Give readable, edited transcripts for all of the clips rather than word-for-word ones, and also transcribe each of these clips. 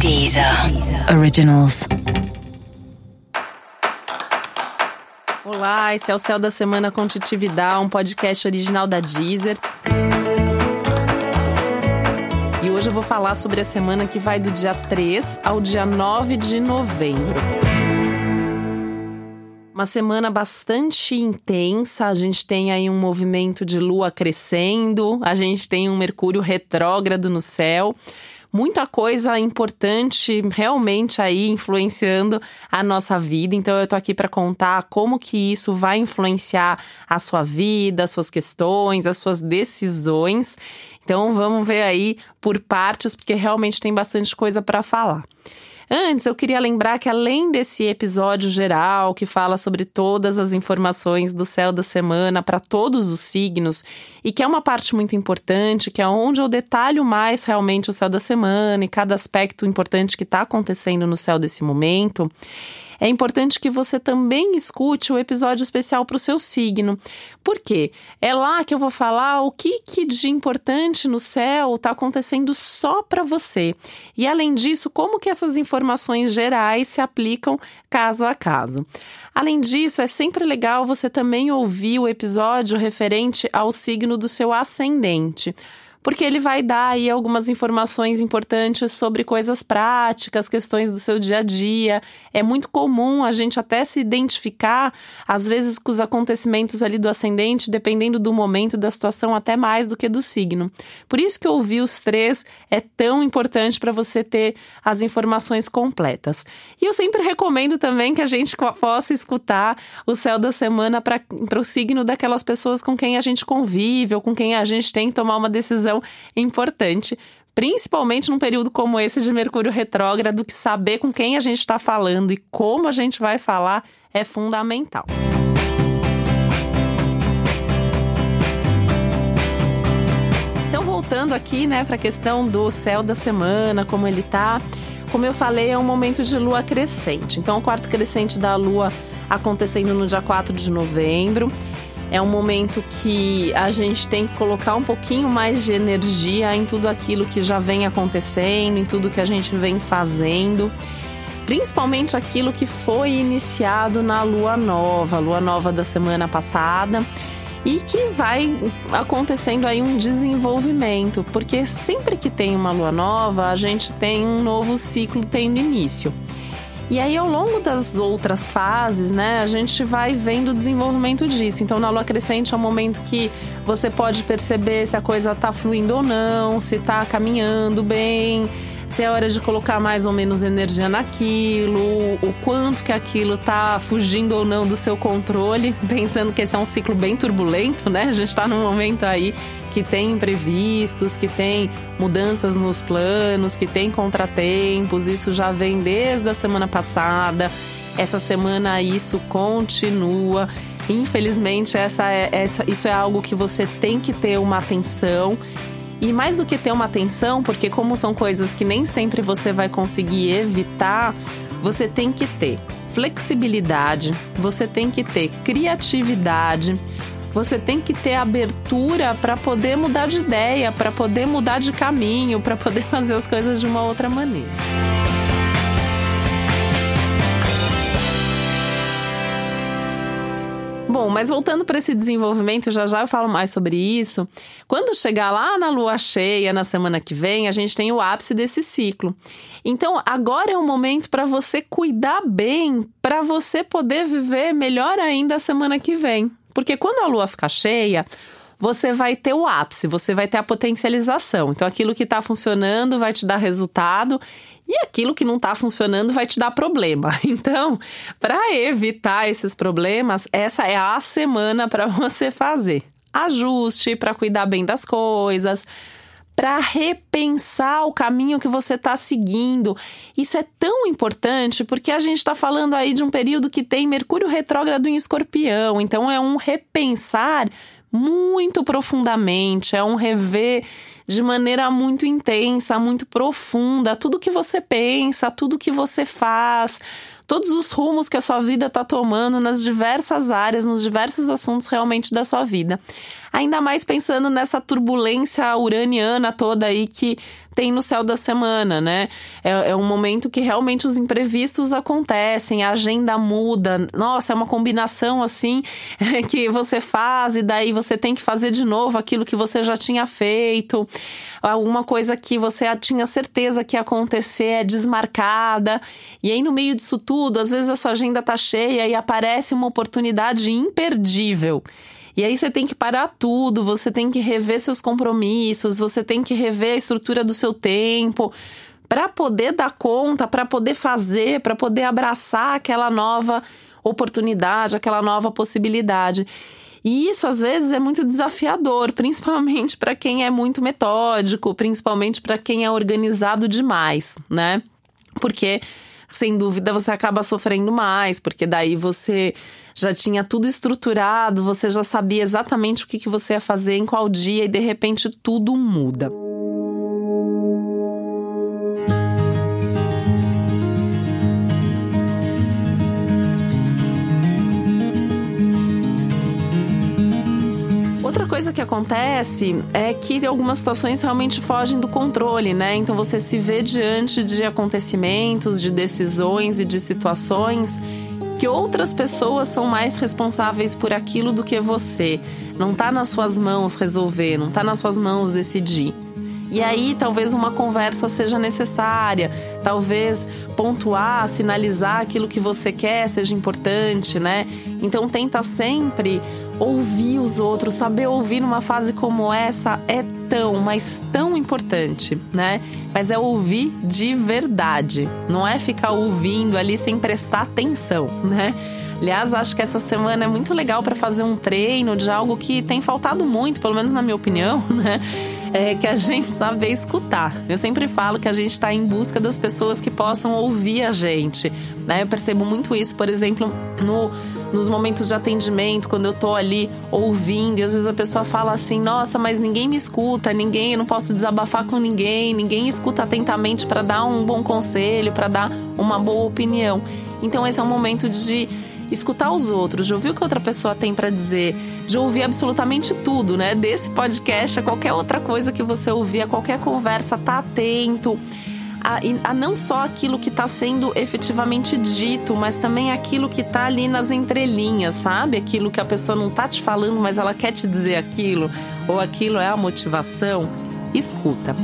Deezer Originals. Olá, esse é o Céu da Semana com Titi Vidal, um podcast original da Deezer. E hoje eu vou falar sobre a semana que vai do dia 3 ao dia 9 de novembro. Uma semana bastante intensa, a gente tem aí um movimento de lua crescendo, a gente tem um Mercúrio retrógrado no céu. Muita coisa importante realmente aí influenciando a nossa vida. Então eu tô aqui para contar como que isso vai influenciar a sua vida, as suas questões, as suas decisões. Então vamos ver aí por partes, porque realmente tem bastante coisa para falar. Antes, eu queria lembrar que além desse episódio geral que fala sobre todas as informações do céu da semana para todos os signos, e que é uma parte muito importante, que é onde eu detalho mais realmente o céu da semana e cada aspecto importante que está acontecendo no céu desse momento, é importante que você também escute o episódio especial para o seu signo. Por quê? É lá que eu vou falar o que de importante no céu está acontecendo só para você. E além disso, como que essas informações gerais se aplicam caso a caso. Além disso, é sempre legal você também ouvir o episódio referente ao signo do seu ascendente, porque ele vai dar aí algumas informações importantes sobre coisas práticas, questões do seu dia a dia. É muito comum a gente até se identificar, às vezes, com os acontecimentos ali do ascendente, dependendo do momento, da situação, até mais do que do signo. Por isso que ouvir os três é tão importante para você ter as informações completas. E eu sempre recomendo também que a gente possa escutar o céu da semana para o signo daquelas pessoas com quem a gente convive ou com quem a gente tem que tomar uma decisão importante, principalmente num período como esse de Mercúrio retrógrado, que saber com quem a gente está falando e como a gente vai falar é fundamental. Então, voltando aqui, para a questão do céu da semana, como ele tá, como eu falei, é um momento de lua crescente. Então, o quarto crescente da lua acontecendo no dia 4 de novembro. É um momento que a gente tem que colocar um pouquinho mais de energia em tudo aquilo que já vem acontecendo, em tudo que a gente vem fazendo. Principalmente aquilo que foi iniciado na lua nova da semana passada. E que vai acontecendo aí um desenvolvimento, porque sempre que tem uma lua nova, a gente tem um novo ciclo tendo início. E aí, ao longo das outras fases, a gente vai vendo o desenvolvimento disso. Então, na lua crescente é um momento que você pode perceber se a coisa tá fluindo ou não, se tá caminhando bem, se é hora de colocar mais ou menos energia naquilo, o quanto que aquilo tá fugindo ou não do seu controle, pensando que esse é um ciclo bem turbulento, A gente tá num momento aí que tem imprevistos, que tem mudanças nos planos, que tem contratempos. Isso já vem desde a semana passada. Essa semana isso continua. Infelizmente, isso é algo que você tem que ter uma atenção. E mais do que ter uma atenção, porque como são coisas que nem sempre você vai conseguir evitar, você tem que ter flexibilidade, você tem que ter criatividade, você tem que ter abertura para poder mudar de ideia, para poder mudar de caminho, para poder fazer as coisas de uma outra maneira. Bom, mas voltando para esse desenvolvimento, já eu falo mais sobre isso. Quando chegar lá na lua cheia, na semana que vem, a gente tem o ápice desse ciclo. Então, agora é o momento para você cuidar bem, para você poder viver melhor ainda a semana que vem. Porque quando a lua ficar cheia, você vai ter o ápice, você vai ter a potencialização. Então, aquilo que está funcionando vai te dar resultado e aquilo que não está funcionando vai te dar problema. Então, para evitar esses problemas, essa é a semana para você fazer ajuste, para cuidar bem das coisas, para repensar o caminho que você está seguindo. Isso é tão importante porque a gente está falando aí de um período que tem Mercúrio retrógrado em Escorpião. Então, é um repensar muito profundamente, é um rever de maneira muito intensa, muito profunda, tudo que você pensa, tudo que você faz, todos os rumos que a sua vida está tomando nas diversas áreas, nos diversos assuntos realmente da sua vida. Ainda mais pensando nessa turbulência uraniana toda aí que tem no céu da semana, né? É um momento que realmente os imprevistos acontecem, a agenda muda. Nossa, é uma combinação assim que você faz e daí você tem que fazer de novo aquilo que você já tinha feito. Alguma coisa que você tinha certeza que ia acontecer é desmarcada. E aí no meio disso tudo, às vezes a sua agenda tá cheia e aparece uma oportunidade imperdível. E aí você tem que parar tudo, você tem que rever seus compromissos, você tem que rever a estrutura do seu tempo para poder dar conta, para poder fazer, para poder abraçar aquela nova oportunidade, aquela nova possibilidade. E isso às vezes é muito desafiador, principalmente para quem é muito metódico, principalmente para quem é organizado demais, né? Porque sem dúvida você acaba sofrendo mais, porque daí você já tinha tudo estruturado, você já sabia exatamente o que você ia fazer em qual dia e de repente tudo muda. Outra coisa que acontece é que algumas situações realmente fogem do controle, né? Então você se vê diante de acontecimentos, de decisões e de situações que outras pessoas são mais responsáveis por aquilo do que você. Não tá nas suas mãos resolver, não tá nas suas mãos decidir. E aí talvez uma conversa seja necessária, talvez pontuar, sinalizar aquilo que você quer seja importante, né? Então tenta sempre ouvir os outros, saber ouvir numa fase como essa é tão, mas tão importante, né? Mas é ouvir de verdade, não é ficar ouvindo ali sem prestar atenção, né? Aliás, acho que essa semana é muito legal para fazer um treino de algo que tem faltado muito, pelo menos na minha opinião, né? É que a gente saber escutar. Eu sempre falo que a gente está em busca das pessoas que possam ouvir a gente, né? Eu percebo muito isso, por exemplo, nos momentos de atendimento, quando eu tô ali ouvindo, e às vezes a pessoa fala assim, nossa, mas ninguém me escuta, eu não posso desabafar com ninguém escuta atentamente para dar um bom conselho, para dar uma boa opinião. Então esse é um momento de escutar os outros, de ouvir o que outra pessoa tem para dizer, de ouvir absolutamente tudo, né? Desse podcast a qualquer outra coisa que você ouvir, a qualquer conversa, tá atento a não só aquilo que está sendo efetivamente dito, mas também aquilo que está ali nas entrelinhas, sabe? Aquilo que a pessoa não tá te falando, mas ela quer te dizer aquilo, ou aquilo é a motivação. Escuta.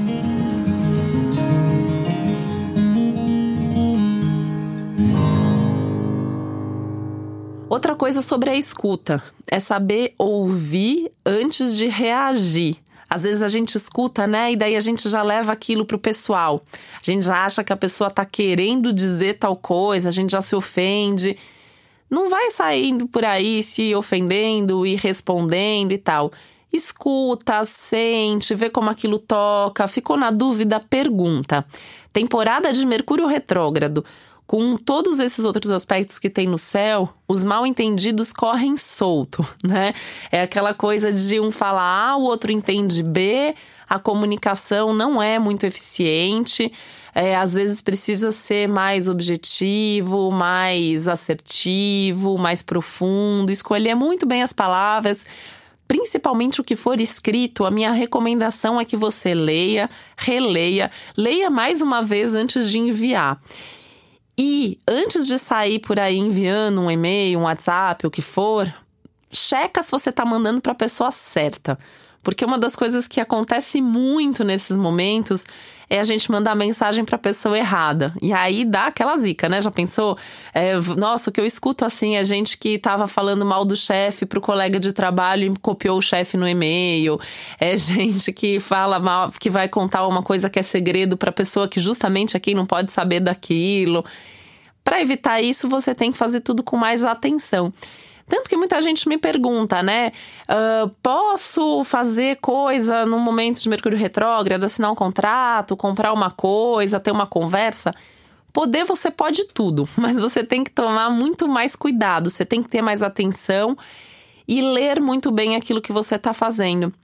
Outra coisa sobre a escuta é saber ouvir antes de reagir. Às vezes a gente escuta, né? E daí a gente já leva aquilo pro pessoal. A gente já acha que a pessoa tá querendo dizer tal coisa, a gente já se ofende. Não vai saindo por aí se ofendendo e respondendo e tal. Escuta, sente, vê como aquilo toca. Ficou na dúvida? Pergunta. Temporada de Mercúrio retrógrado. Com todos esses outros aspectos que tem no céu, os mal-entendidos correm solto, né? É aquela coisa de um falar A, o outro entende B, a comunicação não é muito eficiente, às vezes precisa ser mais objetivo, mais assertivo, mais profundo, escolher muito bem as palavras. Principalmente o que for escrito, a minha recomendação é que você leia, releia, leia mais uma vez antes de enviar. E antes de sair por aí enviando um e-mail, um WhatsApp, o que for, checa se você está mandando para a pessoa certa. Porque uma das coisas que acontece muito nesses momentos é a gente mandar mensagem para a pessoa errada. E aí dá aquela zica, né? Já pensou? Nossa, o que eu escuto assim é gente que estava falando mal do chefe para o colega de trabalho e copiou o chefe no e-mail. É gente que fala mal, que vai contar uma coisa que é segredo para a pessoa que justamente é quem não pode saber daquilo. Para evitar isso, você tem que fazer tudo com mais atenção. Tanto que muita gente me pergunta, né? Posso fazer coisa no momento de Mercúrio retrógrado, assinar um contrato, comprar uma coisa, ter uma conversa? Poder você pode tudo, mas você tem que tomar muito mais cuidado, você tem que ter mais atenção e ler muito bem aquilo que você está fazendo.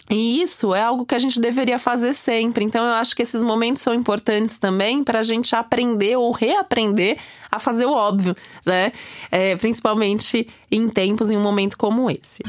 E isso é algo que a gente deveria fazer sempre. Então eu acho que esses momentos são importantes também para a gente aprender ou reaprender a fazer o óbvio, né? Principalmente em tempos, em um momento como esse.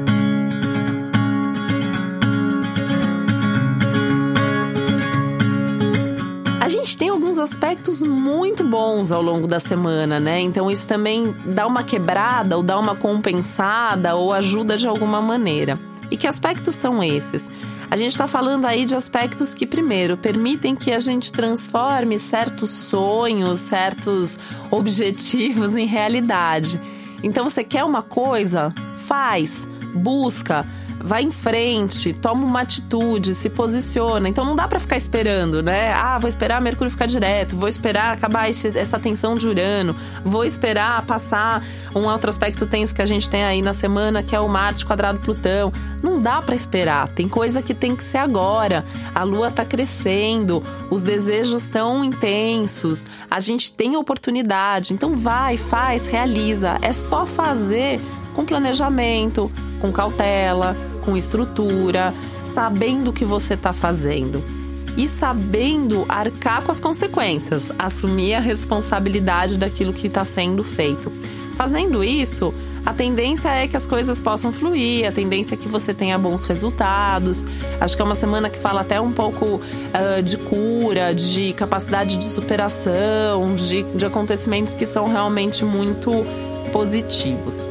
A gente tem alguns aspectos muito bons ao longo da semana, né? Então isso também dá uma quebrada ou dá uma compensada ou ajuda de alguma maneira. E que aspectos são esses? A gente está falando aí de aspectos que, primeiro, permitem que a gente transforme certos sonhos, certos objetivos em realidade. Então, você quer uma coisa? Faz, busca, vai em frente, toma uma atitude, se posiciona. Então não dá pra ficar esperando, né? Vou esperar Mercúrio ficar direto, vou esperar acabar essa tensão de Urano, vou esperar passar um outro aspecto tenso que a gente tem aí na semana, que é o Marte quadrado Plutão. Não dá pra esperar, tem coisa que tem que ser agora. A Lua tá crescendo, os desejos estão intensos, a gente tem oportunidade. Então vai, faz, realiza. É só fazer com planejamento, com cautela, com estrutura, sabendo o que você está fazendo e sabendo arcar com as consequências, assumir a responsabilidade daquilo que está sendo feito. Fazendo isso, a tendência é que as coisas possam fluir, a tendência é que você tenha bons resultados. Acho que é uma semana que fala até um pouco de cura, de capacidade de superação, de acontecimentos que são realmente muito positivos.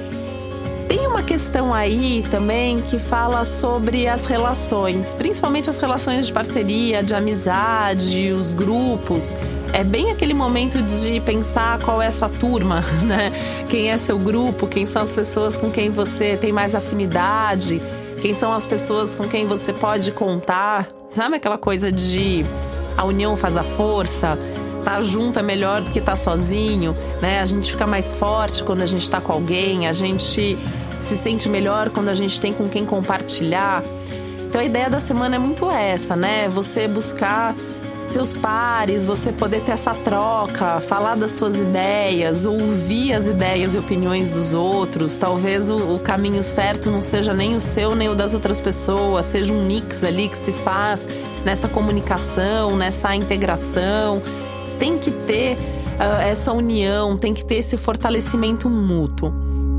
Tem uma questão aí também que fala sobre as relações, principalmente as relações de parceria, de amizade, os grupos. É bem aquele momento de pensar qual é a sua turma, né? Quem é seu grupo, quem são as pessoas com quem você tem mais afinidade, quem são as pessoas com quem você pode contar. Sabe aquela coisa de a união faz a força? Tá junto é melhor do que tá sozinho, né? A gente fica mais forte quando a gente tá com alguém, a gente se sente melhor quando a gente tem com quem compartilhar. Então a ideia da semana é muito essa, né? Você buscar seus pares, você poder ter essa troca, falar das suas ideias, ouvir as ideias e opiniões dos outros. Talvez o caminho certo não seja nem o seu, nem o das outras pessoas, seja um mix ali que se faz nessa comunicação, nessa integração. Tem que ter essa união, tem que ter esse fortalecimento mútuo.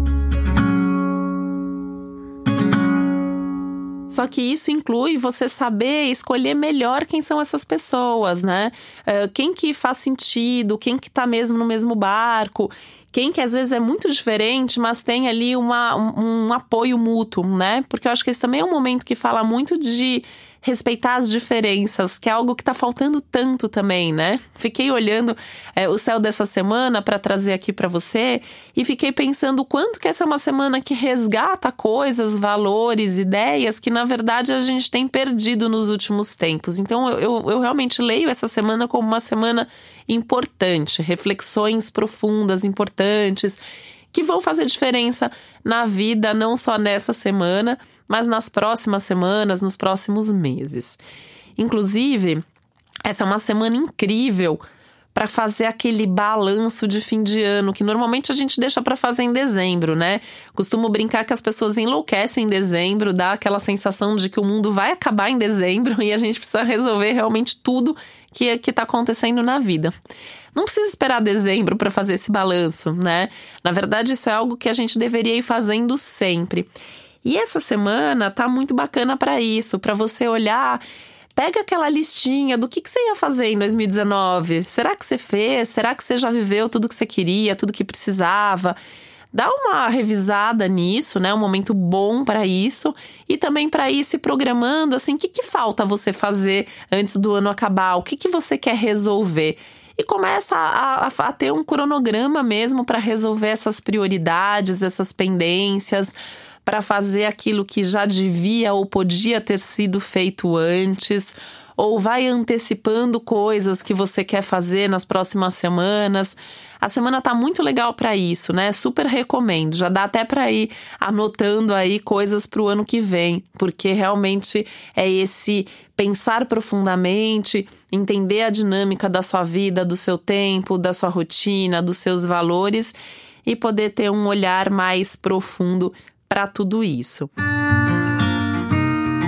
Só que isso inclui você saber escolher melhor quem são essas pessoas, né? Quem que faz sentido, quem que tá mesmo no mesmo barco, quem que às vezes é muito diferente, mas tem ali um apoio mútuo, né? Porque eu acho que esse também é um momento que fala muito de respeitar as diferenças, que é algo que tá faltando tanto também, né? Fiquei olhando o céu dessa semana para trazer aqui para você e fiquei pensando o quanto que essa é uma semana que resgata coisas, valores, ideias que na verdade a gente tem perdido nos últimos tempos. Então eu realmente leio essa semana como uma semana importante, reflexões profundas, importantes, que vão fazer diferença na vida, não só nessa semana, mas nas próximas semanas, nos próximos meses. Inclusive, essa é uma semana incrível para fazer aquele balanço de fim de ano, que normalmente a gente deixa para fazer em dezembro, né? Costumo brincar que as pessoas enlouquecem em dezembro, dá aquela sensação de que o mundo vai acabar em dezembro e a gente precisa resolver realmente tudo que está acontecendo na vida. Não precisa esperar dezembro para fazer esse balanço, né? Na verdade, isso é algo que a gente deveria ir fazendo sempre. E essa semana tá muito bacana para isso, para você olhar, pega aquela listinha do que você ia fazer em 2019. Será que você fez? Será que você já viveu tudo que você queria, tudo que precisava? Dá uma revisada nisso, né? Um momento bom para isso. E também para ir se programando, assim, o que falta você fazer antes do ano acabar? O que você quer resolver? E começa a ter um cronograma mesmo para resolver essas prioridades, essas pendências, para fazer aquilo que já devia ou podia ter sido feito antes, ou vai antecipando coisas que você quer fazer nas próximas semanas. A semana tá muito legal para isso, né? Super recomendo. Já dá até para ir anotando aí coisas para o ano que vem, porque realmente é esse pensar profundamente, entender a dinâmica da sua vida, do seu tempo, da sua rotina, dos seus valores e poder ter um olhar mais profundo para tudo isso.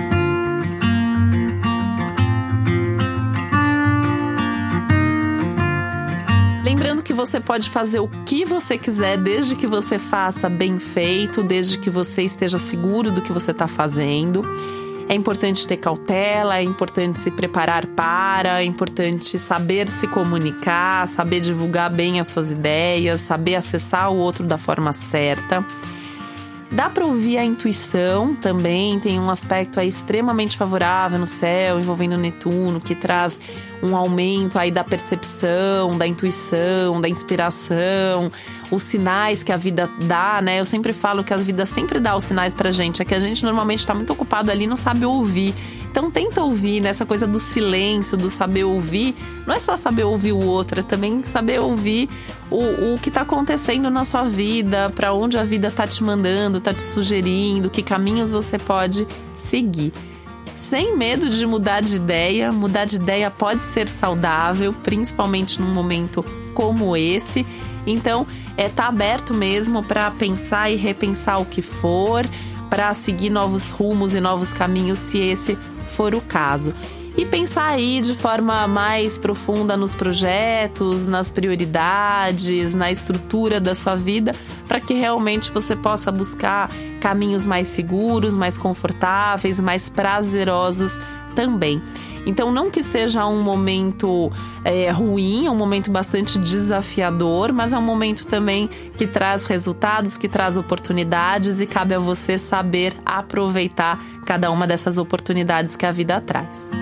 Lembrando que você pode fazer o que você quiser, desde que você faça bem feito, desde que você esteja seguro do que você está fazendo. É importante ter cautela, é importante se preparar é importante saber se comunicar, saber divulgar bem as suas ideias, saber acessar o outro da forma certa. Dá para ouvir a intuição também, tem um aspecto aí extremamente favorável no céu, envolvendo Netuno, que traz um aumento aí da percepção, da intuição, da inspiração, os sinais que a vida dá, né? Eu sempre falo que a vida sempre dá os sinais pra gente, é que a gente normalmente tá muito ocupado ali e não sabe ouvir. Então tenta ouvir, né? Essa coisa do silêncio, do saber ouvir. Não é só saber ouvir o outro, é também saber ouvir o que tá acontecendo na sua vida, pra onde a vida tá te mandando, tá te sugerindo, que caminhos você pode seguir. Sem medo de mudar de ideia. Mudar de ideia pode ser saudável, principalmente num momento como esse. Então, tá aberto mesmo para pensar e repensar o que for, para seguir novos rumos e novos caminhos, se esse for o caso. E pensar aí de forma mais profunda nos projetos, nas prioridades, na estrutura da sua vida, para que realmente você possa buscar caminhos mais seguros, mais confortáveis, mais prazerosos também. Então, não que seja um momento ruim, é um momento bastante desafiador, mas é um momento também que traz resultados, que traz oportunidades, e cabe a você saber aproveitar cada uma dessas oportunidades que a vida traz.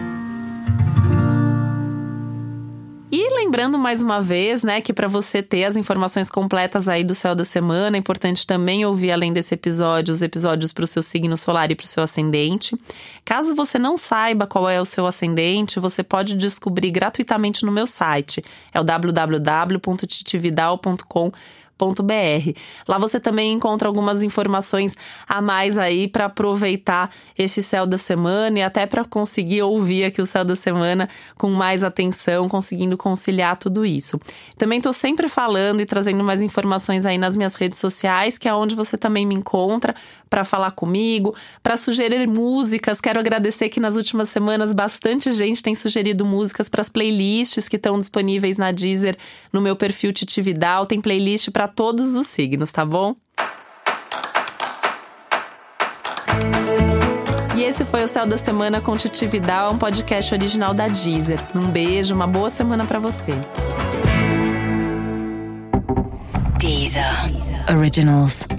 E lembrando mais uma vez, né, que para você ter as informações completas aí do céu da semana, é importante também ouvir, além desse episódio, os episódios para o seu signo solar e para o seu ascendente. Caso você não saiba qual é o seu ascendente, você pode descobrir gratuitamente no meu site. É o www.titividal.com.br. Lá você também encontra algumas informações a mais aí para aproveitar esse céu da semana e até para conseguir ouvir aqui o céu da semana com mais atenção, conseguindo conciliar tudo isso. Também estou sempre falando e trazendo mais informações aí nas minhas redes sociais, que é onde você também me encontra para falar comigo, para sugerir músicas. Quero agradecer que nas últimas semanas bastante gente tem sugerido músicas para as playlists que estão disponíveis na Deezer, no meu perfil Titi Vidal. Tem playlist para todos os signos, tá bom? E esse foi o Céu da Semana com Titi Vidal, um podcast original da Deezer. Um beijo, uma boa semana para você. Deezer Originals.